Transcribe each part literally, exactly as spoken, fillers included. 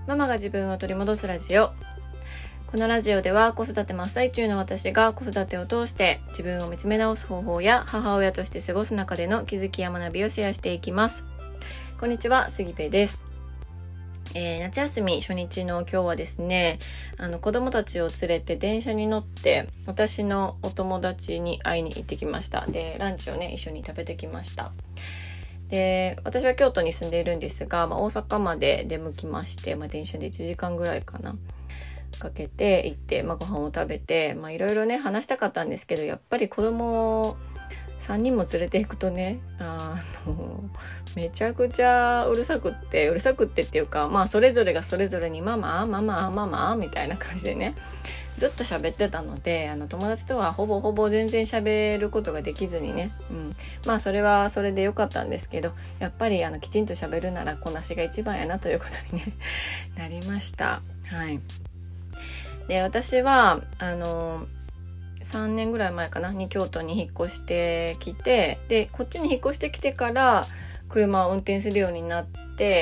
ママが自分を取り戻すラジオ。このラジオでは子育て真っ最中の私が子育てを通して自分を見つめ直す方法や母親として過ごす中での気づきや学びをシェアしていきます。こんにちは、杉部です。えー、夏休み初日の今日はですね、あの子供たちを連れて電車に乗って私のお友達に会いに行ってきました。で、ランチをね一緒に食べてきました。で、私は京都に住んでいるんですが、まあ、大阪まで出向きまして、まあ、電車でいちじかんぐらいかなかけて行って、まあ、ご飯を食べて、まあ、いろいろね話したかったんですけど、やっぱり子供をさんにんも連れていくとね、あのめちゃくちゃうるさくってうるさくってっていうか、まあそれぞれがそれぞれにママママママみたいな感じでねずっと喋ってたので、あの友達とはほぼほぼ全然喋ることができずにね、うん、まあそれはそれで良かったんですけど、やっぱりあのきちんと喋るならこなしが一番やなということに、ね、なりました。はい。で、私はあのさんねんぐらい前かなに京都に引っ越してきて、でこっちに引っ越してきてから車を運転するようになって、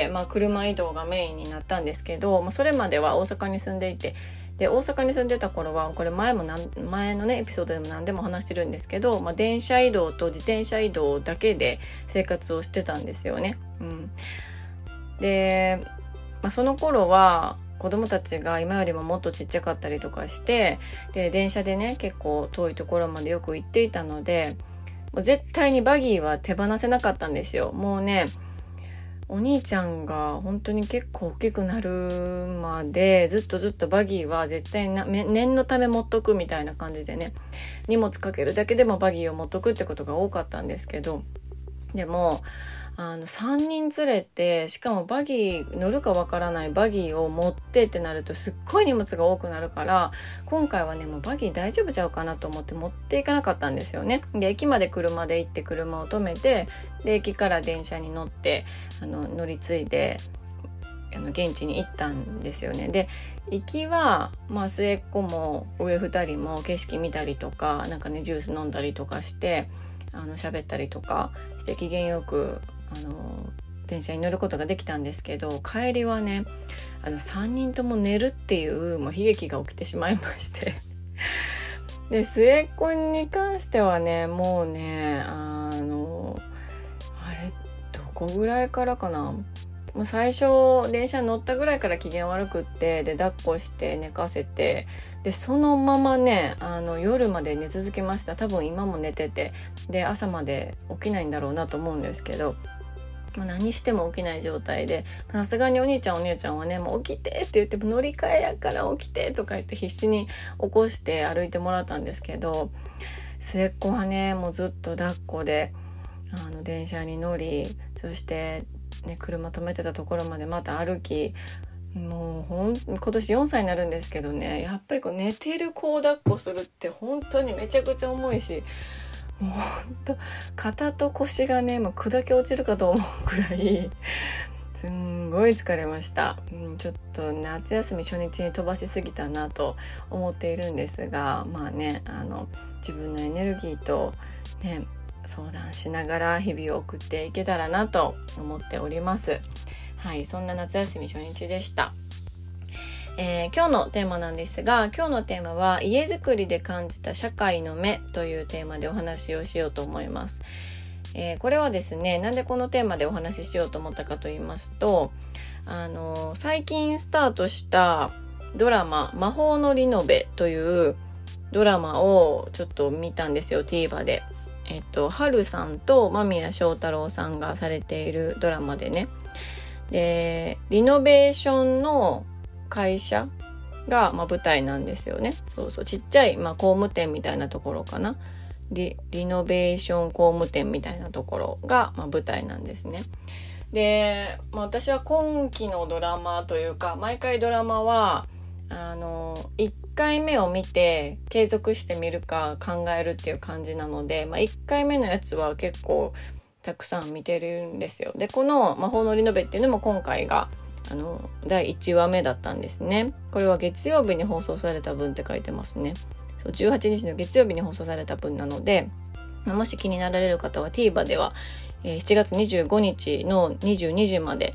まあ、車移動がメインになったんですけど、まあ、それまでは大阪に住んでいて、で大阪に住んでた頃はこれ前もなん前のねエピソードでも何でも話してるんですけど、まあ、電車移動と自転車移動だけで生活をしてたんですよね。うん、で、まあ、その頃は子供たちが今よりももっとちっちゃかったりとかして、で電車でね結構遠いところまでよく行っていたので、もう絶対にバギーは手放せなかったんですよ。もうね、お兄ちゃんが本当に結構大きくなるまでずっとずっとバギーは絶対な念のため持っとくみたいな感じでね、荷物かけるだけでもバギーを持っとくってことが多かったんですけど、でもあのさんにん連れて、しかもバギー乗るかわからないバギーを持ってってなるとすっごい荷物が多くなるから、今回はねもうバギー大丈夫ちゃうかなと思って持っていかなかったんですよね。で駅まで車で行って車を止めて、で駅から電車に乗ってあの乗り継いであの現地に行ったんですよね。で行きは、まあ、末っ子も上ふたりも景色見たりとか、なんかねジュース飲んだりとかしてあの喋ったりとかして機嫌よくあの電車に乗ることができたんですけど、帰りはねあのさんにんとも寝るっていうもう悲劇が起きてしまいましてで末っ子に関してはねもうねあのあれどこぐらいからかな、もう最初電車に乗ったぐらいから機嫌悪くって、で抱っこして寝かせて、でそのままねあの夜まで寝続けました。多分今も寝てて、で朝まで起きないんだろうなと思うんですけど、もう何しても起きない状態で、さすがにお兄ちゃんお姉ちゃんはねもう起きてって言っても乗り換えやから起きてとか言って必死に起こして歩いてもらったんですけど、末っ子はねもうずっと抱っこであの電車に乗り、そしてね車止めてたところまでまた歩き、もうほん今年よんさいになるんですけどね、やっぱりこう寝てる子を抱っこするって本当にめちゃくちゃ重いし、もうほんと肩と腰がねもう砕け落ちるかと思うくらいすんごい疲れました、うん、ちょっと夏休み初日に飛ばしすぎたなと思っているんですが、まあねあの自分のエネルギーとね相談しながら日々を送っていけたらなと思っております。はい、そんな夏休み初日でした。えー、今日のテーマなんですが、今日のテーマは家づくりで感じた社会の目というテーマでお話をしようと思います。えー、これはですね、なんでこのテーマでお話ししようと思ったかと言いますと、あのー、最近スタートしたドラマ魔法のリノベというドラマをちょっと見たんですよ、 TVer で。えっと春さんと間宮祥太朗さんがされているドラマでね、でリノベーションの会社が、まあ、舞台なんですよね。そうそう、ちっちゃい、まあ、工務店みたいなところかな、リ, リノベーション工務店みたいなところが、まあ、舞台なんですね。で、まあ、私は今期のドラマというか毎回ドラマはあのいっかいめを見て継続して見るか考えるっていう感じなので、まあ、いっかいめのやつは結構たくさん見てるんですよ。でこの魔法のリノベっていうのも今回があのだいいちわめだったんですね。これは月曜日に放送された分って書いてますね。そうじゅうはちにちの月曜日に放送された分なので、もし気になられる方は TVer では、えー、しちがつにじゅうごにちのにじゅうにじまで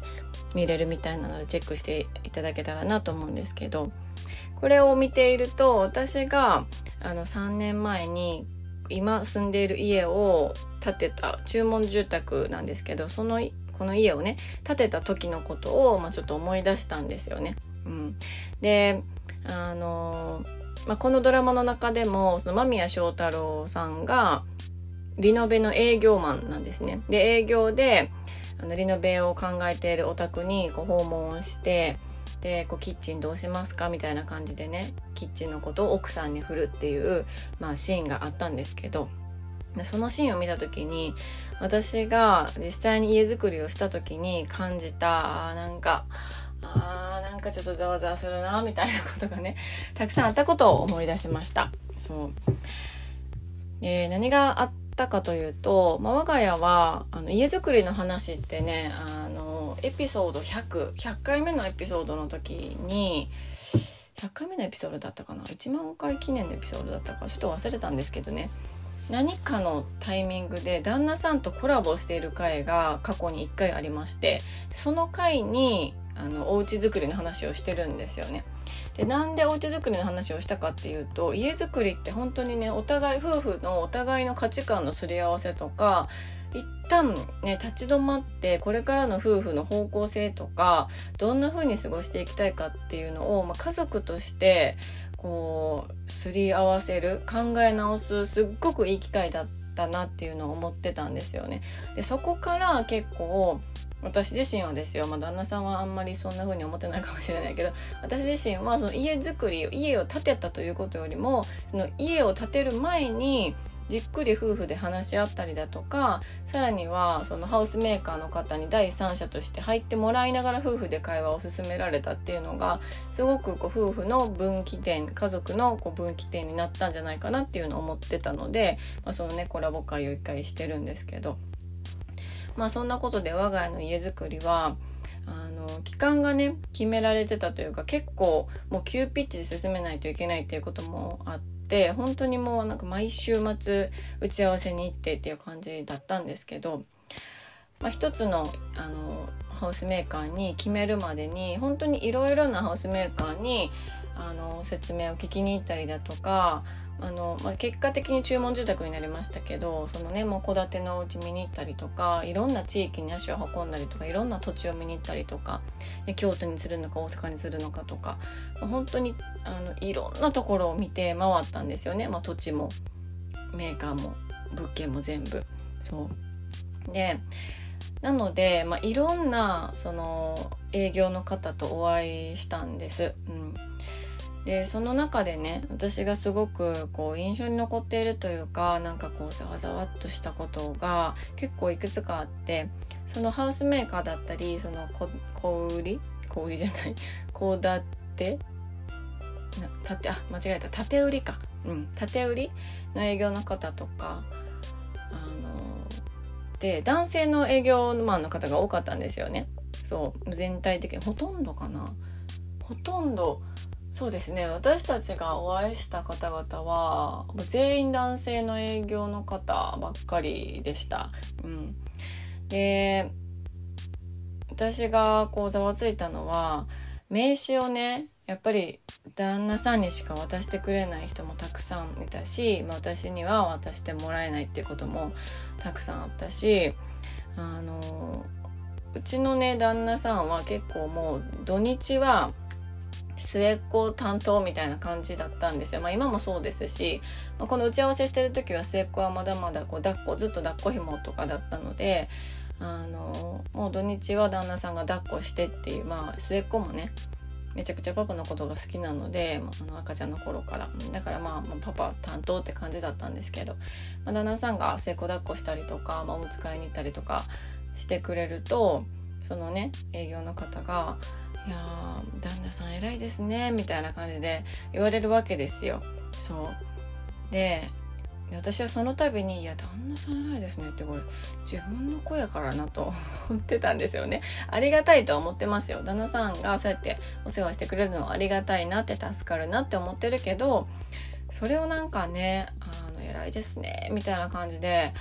見れるみたいなのでチェックしていただけたらなと思うんですけど、これを見ていると私があのさんねんまえに今住んでいる家を建てた注文住宅なんですけど、そのこの家をね建てた時のことを、まあ、ちょっと思い出したんですよね。うん、であの、まあ、このドラマの中でもその間宮祥太朗さんがリノベの営業マンなんですね。で営業であのリノベを考えているお宅にこう訪問をして、でこうキッチンどうしますかみたいな感じでね、キッチンのことを奥さんに振るっていう、まあ、シーンがあったんですけど、そのシーンを見た時に私が実際に家づくりをした時に感じた、あなんかあなんかちょっとざわざわするなみたいなことがねたくさんあったことを思い出しました。そう、えー、何があったかというと、まあ、我が家はあの家づくりの話ってね、あのエピソードひゃく、ひゃっかいめのエピソードの時に、ひゃっかいめのエピソードだったかな、いちまんかい記念のエピソードだったかちょっと忘れたんですけどね、何かのタイミングで旦那さんとコラボしている回が過去にいっかいありまして、その回にあのお家づくりの話をしてるんですよね。でなんでお家づくりの話をしたかっていうと、家づくりって本当にね、お互い夫婦のお互いの価値観のすり合わせとか、一旦ね立ち止まってこれからの夫婦の方向性とかどんな風に過ごしていきたいかっていうのを、まあ、家族としてこうすり合わせる、考え直すすっごくいい機会だったなっていうのを思ってたんですよね。でそこから結構私自身はですよ、まあ、旦那さんはあんまりそんな風に思ってないかもしれないけど、私自身はその家づくり、家を建てたということよりも、その家を建てる前にじっくり夫婦で話し合ったりだとか、さらにはそのハウスメーカーの方に第三者として入ってもらいながら夫婦で会話を進められたっていうのがすごくこう夫婦の分岐点、家族のこう分岐点になったんじゃないかなっていうのを思ってたので、まあ、そのねコラボ会を一回してるんですけど、まあそんなことで我が家の家づくりはあの期間がね決められてたというか、結構もう急ピッチで進めないといけないっていうこともあって、で本当にもうなんか毎週末打ち合わせに行ってっていう感じだったんですけど、まあ、一つの、あのハウスメーカーに決めるまでに本当にいろいろなハウスメーカーにあの説明を聞きに行ったりだとか、あの、まあ、結果的に注文住宅になりましたけど、そのねもう戸建てのお家見に行ったりとか、いろんな地域に足を運んだりとか、いろんな土地を見に行ったりとか、で京都にするのか大阪にするのかとか、まあ、本当にあのいろんなところを見て回ったんですよね。まあ、土地もメーカーも物件も全部そうで、なので、まあ、いろんなその営業の方とお会いしたんです、うん、でその中でね私がすごくこう印象に残っているというか、なんかこうざわざわっとしたことが結構いくつかあって、そのハウスメーカーだったり、その小売り小売りじゃない小建てなたてあ間違えた建売りかうん建売りの営業の方とか、あので男性の営業マンの方が多かったんですよね。そう全体的にほとんどかなほとんどそうですね、私たちがお会いした方々は全員男性の営業の方ばっかりでした、うん、で私がこうざわついたのは、名刺をねやっぱり旦那さんにしか渡してくれない人もたくさんいたし、まあ、私には渡してもらえないっていうこともたくさんあったし、あのうちのね旦那さんは結構もう土日は末っ子担当みたいな感じだったんですよ。まあ今もそうですし、まあ、この打ち合わせしてる時は末っ子はまだまだこう抱っこずっと抱っこ紐とかだったので、あのもう土日は旦那さんが抱っこしてっていう、まあ末っ子もねめちゃくちゃパパのことが好きなので、まあ、あの赤ちゃんの頃からだからまあ、まあ、パパ担当って感じだったんですけど、まあ、旦那さんが末っ子抱っこしたりとか、まあ、おむつ替えに行ったりとかしてくれると、そのね営業の方がいやー旦那さん偉いですねみたいな感じで言われるわけですよ。そうで私はその度にいや旦那さん偉いですねってこれ自分の子やからなと思ってたんですよね。ありがたいとは思ってますよ。旦那さんがそうやってお世話してくれるのはありがたいなって助かるなって思ってるけど、それをなんかねあの偉いですねみたいな感じで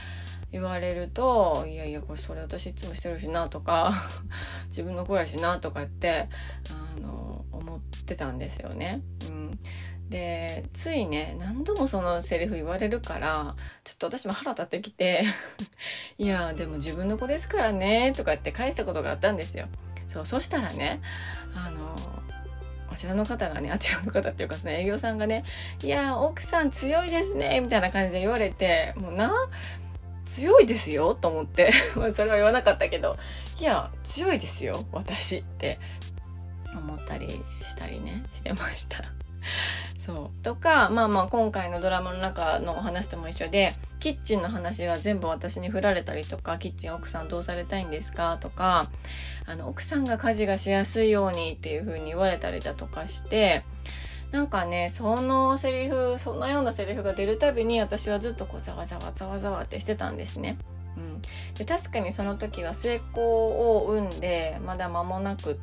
言われると、いやいやこれそれ私いつもしてるしなとか自分の声やしなとかってあの思ってたんですよね。うん、でついね何度もそのセリフ言われるからちょっと私も腹立ってきていやでも自分の子ですからねとかって返したことがあったんですよ。そうそしたらねあのあちらの方がねあちらの方っていうかその営業さんがね、いや奥さん強いですねみたいな感じで言われて、もうな強いですよと思ってそれは言わなかったけど、いや強いですよ私って思ったりしたりねしてましたそうとか、まあまあ今回のドラマの中のお話とも一緒で、キッチンの話は全部私に振られたりとか、キッチン奥さんどうされたいんですかとか、あの奥さんが家事がしやすいようにっていう風に言われたりだとかして、なんかねそのセリフそんなようなセリフが出るたびに私はずっとこうざわざわざわざわってしてたんですね。うん、で確かにその時は末っ子を産んでまだ間もなくって、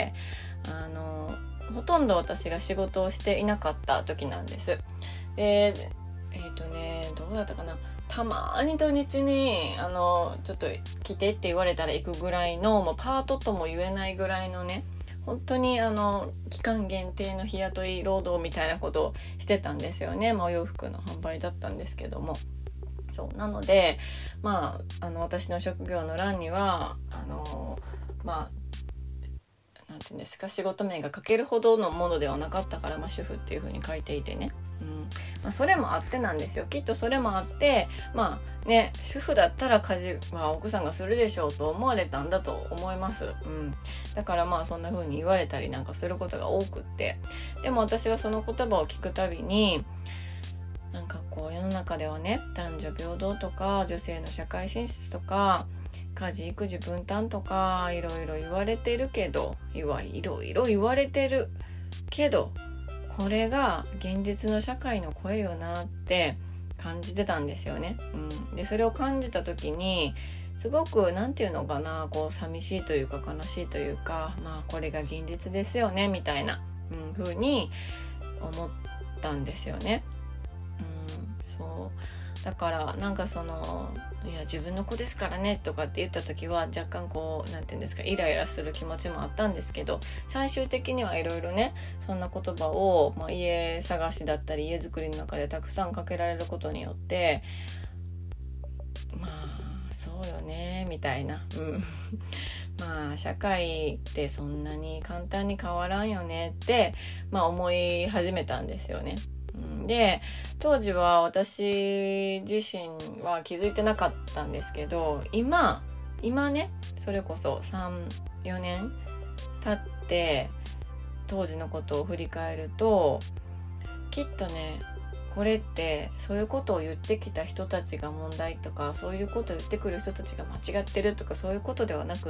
あのほとんど私が仕事をしていなかった時なんです。でえっ、ー、とねどうだったかな、たまに土日にあのちょっと来てって言われたら行くぐらいの、もうパートとも言えないぐらいのね、本当にあの期間限定の日雇い労働みたいなことをしてたんですよね。まあ、お洋服の販売だったんですけども、そうなのでまああの私の職業の欄にはあのまあなんていうんですか、仕事名が書けるほどのものではなかったから、まあ、主婦っていう風に書いていてね、うんまあ、それもあってなんですよ。きっとそれもあってまあね主婦だったら家事は奥さんがするでしょうと思われたんだと思います、うん、だからまあそんな風に言われたりなんかすることが多くって、でも私はその言葉を聞くたびになんかこう世の中ではね男女平等とか女性の社会進出とか家事育児分担とかいろいろ言われてるけどいろいろ言われてるけどこれが現実の社会の声よなって感じてたんですよね、うん、でそれを感じた時にすごくなんていうのかな、こう寂しいというか悲しいというか、まあこれが現実ですよねみたいな、うん、風に思ったんですよね、うん、そうだからなんかそのいや自分の子ですからねとかって言った時は若干こうなんていうんですかイライラする気持ちもあったんですけど、最終的にはいろいろねそんな言葉を、まあ、家探しだったり家づくりの中でたくさんかけられることによってまあそうよねみたいな、うん、まあ社会ってそんなに簡単に変わらんよねって、まあ、思い始めたんですよね。で当時は私自身は気づいてなかったんですけど、今今ねそれこそ さん,よ 年経って当時のことを振り返ると、きっとねこれってそういうことを言ってきた人たちが問題とか、そういうことを言ってくる人たちが間違ってるとかそういうことではなくって、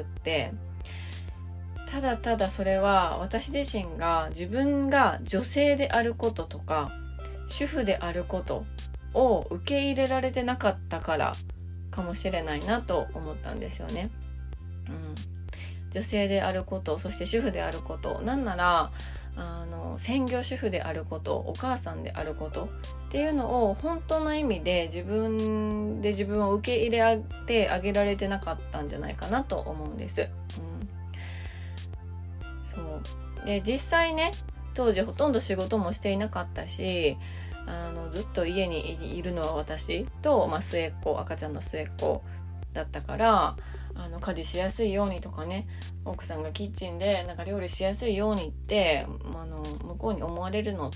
ただただそれは私自身が自分が女性であることとか主婦であることを受け入れられてなかったからかもしれないなと思ったんですよね、うん、女性であること、そして主婦であること、なんならあの専業主婦であること、お母さんであることっていうのを本当の意味で自分で自分を受け入れてあげられてなかったんじゃないかなと思うんです、うん、そうで実際ね当時ほとんど仕事もしていなかったし、あのずっと家にいるのは私と、まあ、末っ子赤ちゃんの末っ子だったから、あの家事しやすいようにとかね、奥さんがキッチンでなんか料理しやすいようにってあの向こうに思われるのって、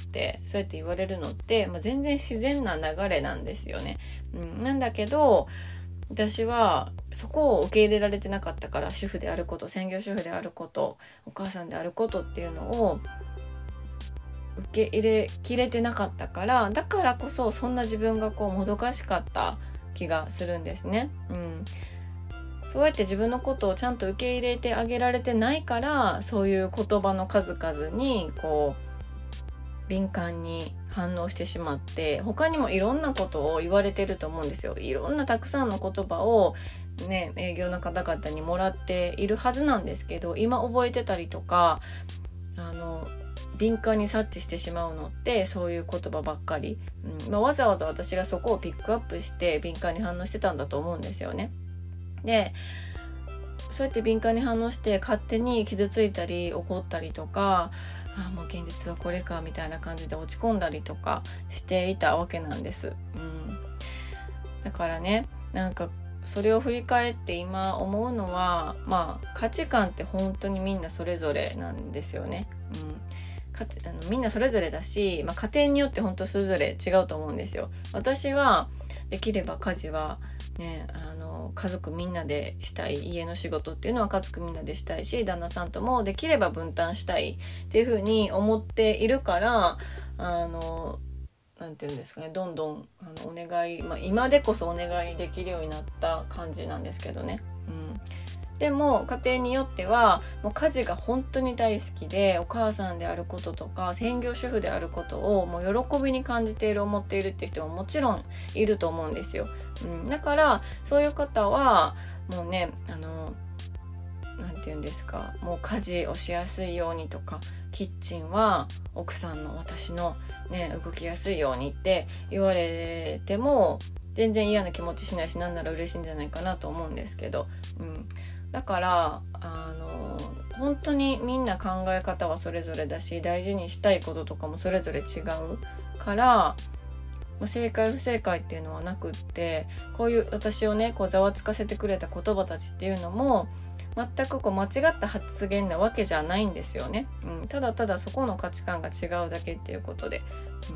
そうやって言われるのって、まあ、全然自然な流れなんですよね、うん、なんだけど私はそこを受け入れられてなかったから、主婦であること、専業主婦であること、お母さんであることっていうのを受け入れきれてなかったから、だからこそそんな自分がこうもどかしかった気がするんですね、うん、そうやって自分のことをちゃんと受け入れてあげられてないから、そういう言葉の数々にこう敏感に反応してしまって、他にもいろんなことを言われてると思うんですよ。いろんなたくさんの言葉をね営業の方々にもらっているはずなんですけど、今覚えてたりとかあの敏感に察知してしまうのってそういう言葉ばっかり、うんまあ、わざわざ私がそこをピックアップして敏感に反応してたんだと思うんですよね。でそうやって敏感に反応して勝手に傷ついたり怒ったりとか、あもう現実はこれかみたいな感じで落ち込んだりとかしていたわけなんです、うん、だからね、なんかそれを振り返って今思うのは、まあ価値観って本当にみんなそれぞれなんですよね、うん、かあのみんなそれぞれだし、まあ、家庭によって本当それぞれ違うと思うんですよ。私はできれば家事はね、あの家族みんなでしたい、家の仕事っていうのは家族みんなでしたいし、旦那さんともできれば分担したいっていうふうに思っているから、あのなんていうんですかね、どんどんあのお願い、まあ、今でこそお願いできるようになった感じなんですけどね、うん、でも家庭によってはもう家事が本当に大好きで、お母さんであることとか専業主婦であることをもう喜びに感じている、思っているっていう人ももちろんいると思うんですよ、うん、だからそういう方はもうね、あのなんていうんですか、もう家事をしやすいようにとか、キッチンは奥さんの私のね動きやすいようにって言われても全然嫌な気持ちしないし、なんなら嬉しいんじゃないかなと思うんですけど、うん、だからあの本当にみんな考え方はそれぞれだし、大事にしたいこととかもそれぞれ違うから、正解不正解っていうのはなくって、こういう私をねこうざわつかせてくれた言葉たちっていうのも全くこう間違った発言なわけじゃないんですよね、うん、ただただそこの価値観が違うだけっていうことで、うん、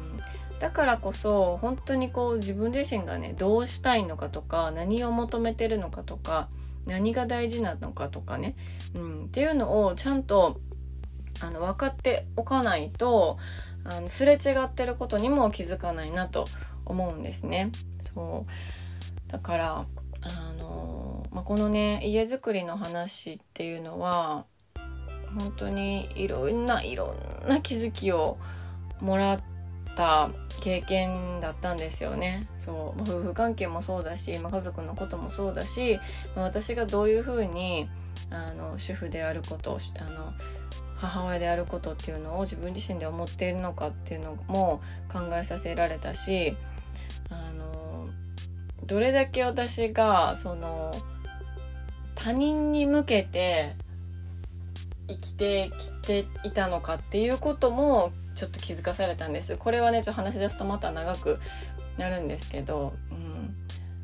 だからこそ本当にこう自分自身がねどうしたいのかとか、何を求めてるのかとか、何が大事なのかとかね、うん、っていうのをちゃんとあの分かっておかないと、あのすれ違ってることにも気づかないなと思うんですね。そうだからあの、まあ、このね家づくりの話っていうのは本当にいろんないろんな気づきをもらった経験だったんですよね。そう、まあ、夫婦関係もそうだし、まあ、家族のこともそうだし、まあ、私がどういうふうにあの主婦であることあの母親であることっていうのを自分自身で思っているのかっていうのも考えさせられたし、あのどれだけ私がその他人に向けて生きてきていたのかっていうこともちょっと気づかされたんです。これはねちょっと話し出すとまた長くなるんですけど、うん、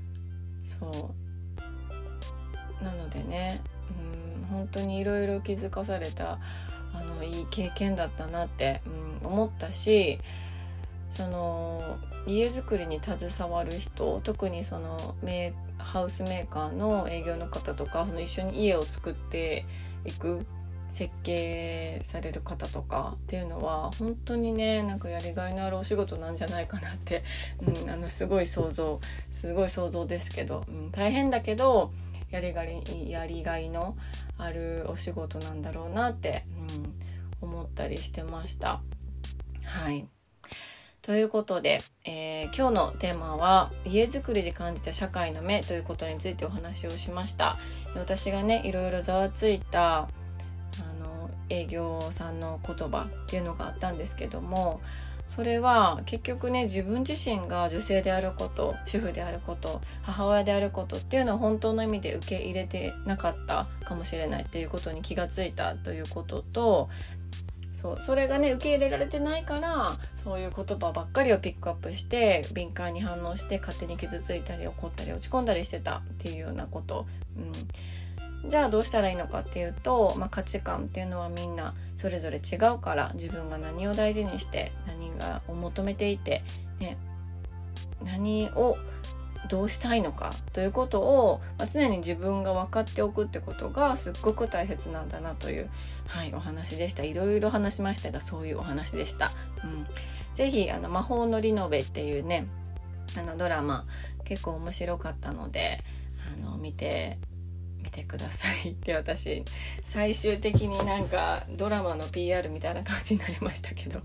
そうなのでね、うん、本当にいろいろ気づかされたあのいい経験だったなって、うん、思ったし、その家づくりに携わる人、特にそのメーハウスメーカーの営業の方とか、その一緒に家を作っていく設計される方とかっていうのは本当にねなんかやりがいのあるお仕事なんじゃないかなって、うん、あのすごい想像すごい想像ですけど、うん、大変だけどやりがいやりがいのあるお仕事なんだろうなって、うん、思ったりしてました。はい、ということで、えー、今日のテーマは家づくりで感じた社会の目ということについてお話をしました。私がねいろいろざわついたあの営業さんの言葉っていうのがあったんですけども、それは結局ね自分自身が女性であること、主婦であること、母親であることっていうのを本当の意味で受け入れてなかったかもしれないっていうことに気がついたということと、そうそれがね受け入れられてないからそういう言葉ばっかりをピックアップして敏感に反応して勝手に傷ついたり怒ったり落ち込んだりしてたっていうようなこと、うん、じゃあどうしたらいいのかっていうと、まあ、価値観っていうのはみんなそれぞれ違うから、自分が何を大事にして何がを求めていて、ね、何をどうしたいのかということを、まあ、常に自分が分かっておくってことがすっごく大切なんだなという、はい、お話でした。いろいろ話しましたがそういうお話でした、うん、ぜひあの魔法のリノベっていうねあのドラマ結構面白かったのであの見て見てくださいって私最終的になんかドラマの ピーアール みたいな感じになりましたけどはい、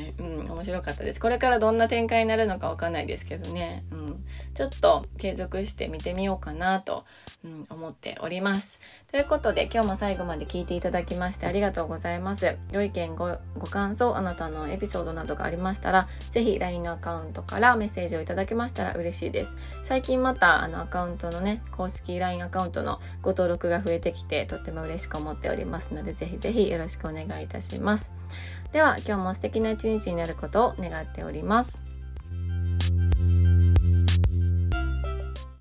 うん、面白かったです。これからどんな展開になるのかわかんないですけどね、うん、ちょっと継続して見てみようかなと、うん、思っております。ということで今日も最後まで聞いていただきましてありがとうございます。ご意見 ご, ご感想、あなたのエピソードなどがありましたらぜひ ライン のアカウントからメッセージをいただけましたら嬉しいです。最近またあのアカウントのね公式 ライン アカウントのご登録が増えてきてとっても嬉しく思っておりますのでぜひぜひよろしくお願いいたします。では今日も素敵な一日になることを願っております。